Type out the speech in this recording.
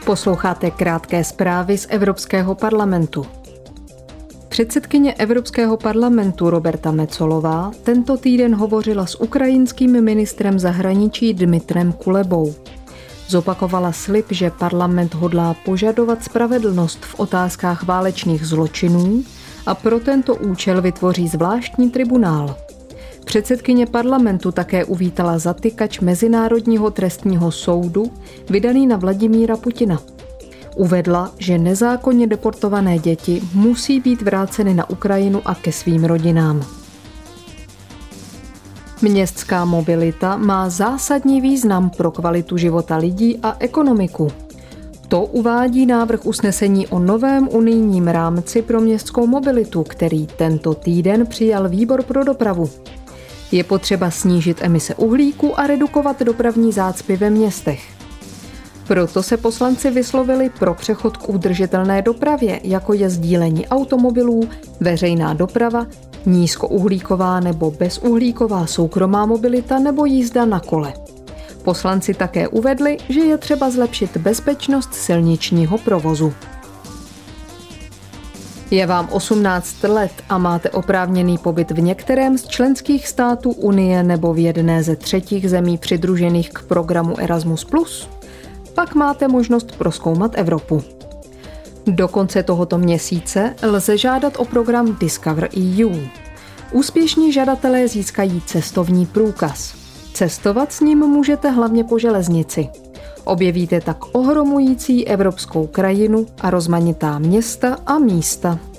Posloucháte krátké zprávy z Evropského parlamentu. Předsedkyně Evropského parlamentu Roberta Metsolová tento týden hovořila s ukrajinským ministrem zahraničí Dmytrem Kulebou. Zopakovala slib, že parlament hodlá požadovat spravedlnost v otázkách válečných zločinů a pro tento účel vytvoří zvláštní tribunál. Předsedkyně parlamentu také uvítala zatykač Mezinárodního trestního soudu vydaný na Vladimíra Putina. Uvedla, že nezákonně deportované děti musí být vráceny na Ukrajinu a ke svým rodinám. Městská mobilita má zásadní význam pro kvalitu života lidí a ekonomiku. To uvádí návrh usnesení o novém unijním rámci pro městskou mobilitu, který tento týden přijal Výbor pro dopravu. Je potřeba snížit emise uhlíku a redukovat dopravní zácpy ve městech. Proto se poslanci vyslovili pro přechod k udržitelné dopravě, jako je sdílení automobilů, veřejná doprava, nízkouhlíková nebo bezuhlíková soukromá mobilita nebo jízda na kole. Poslanci také uvedli, že je třeba zlepšit bezpečnost silničního provozu. Je vám 18 let a máte oprávněný pobyt v některém z členských států Unie nebo v jedné ze třetích zemí přidružených k programu Erasmus+? Pak máte možnost prozkoumat Evropu. Do konce tohoto měsíce lze žádat o program Discover EU. Úspěšní žadatelé získají cestovní průkaz. Cestovat s ním můžete hlavně po železnici. Objevíte tak ohromující evropskou krajinu a rozmanitá města a místa.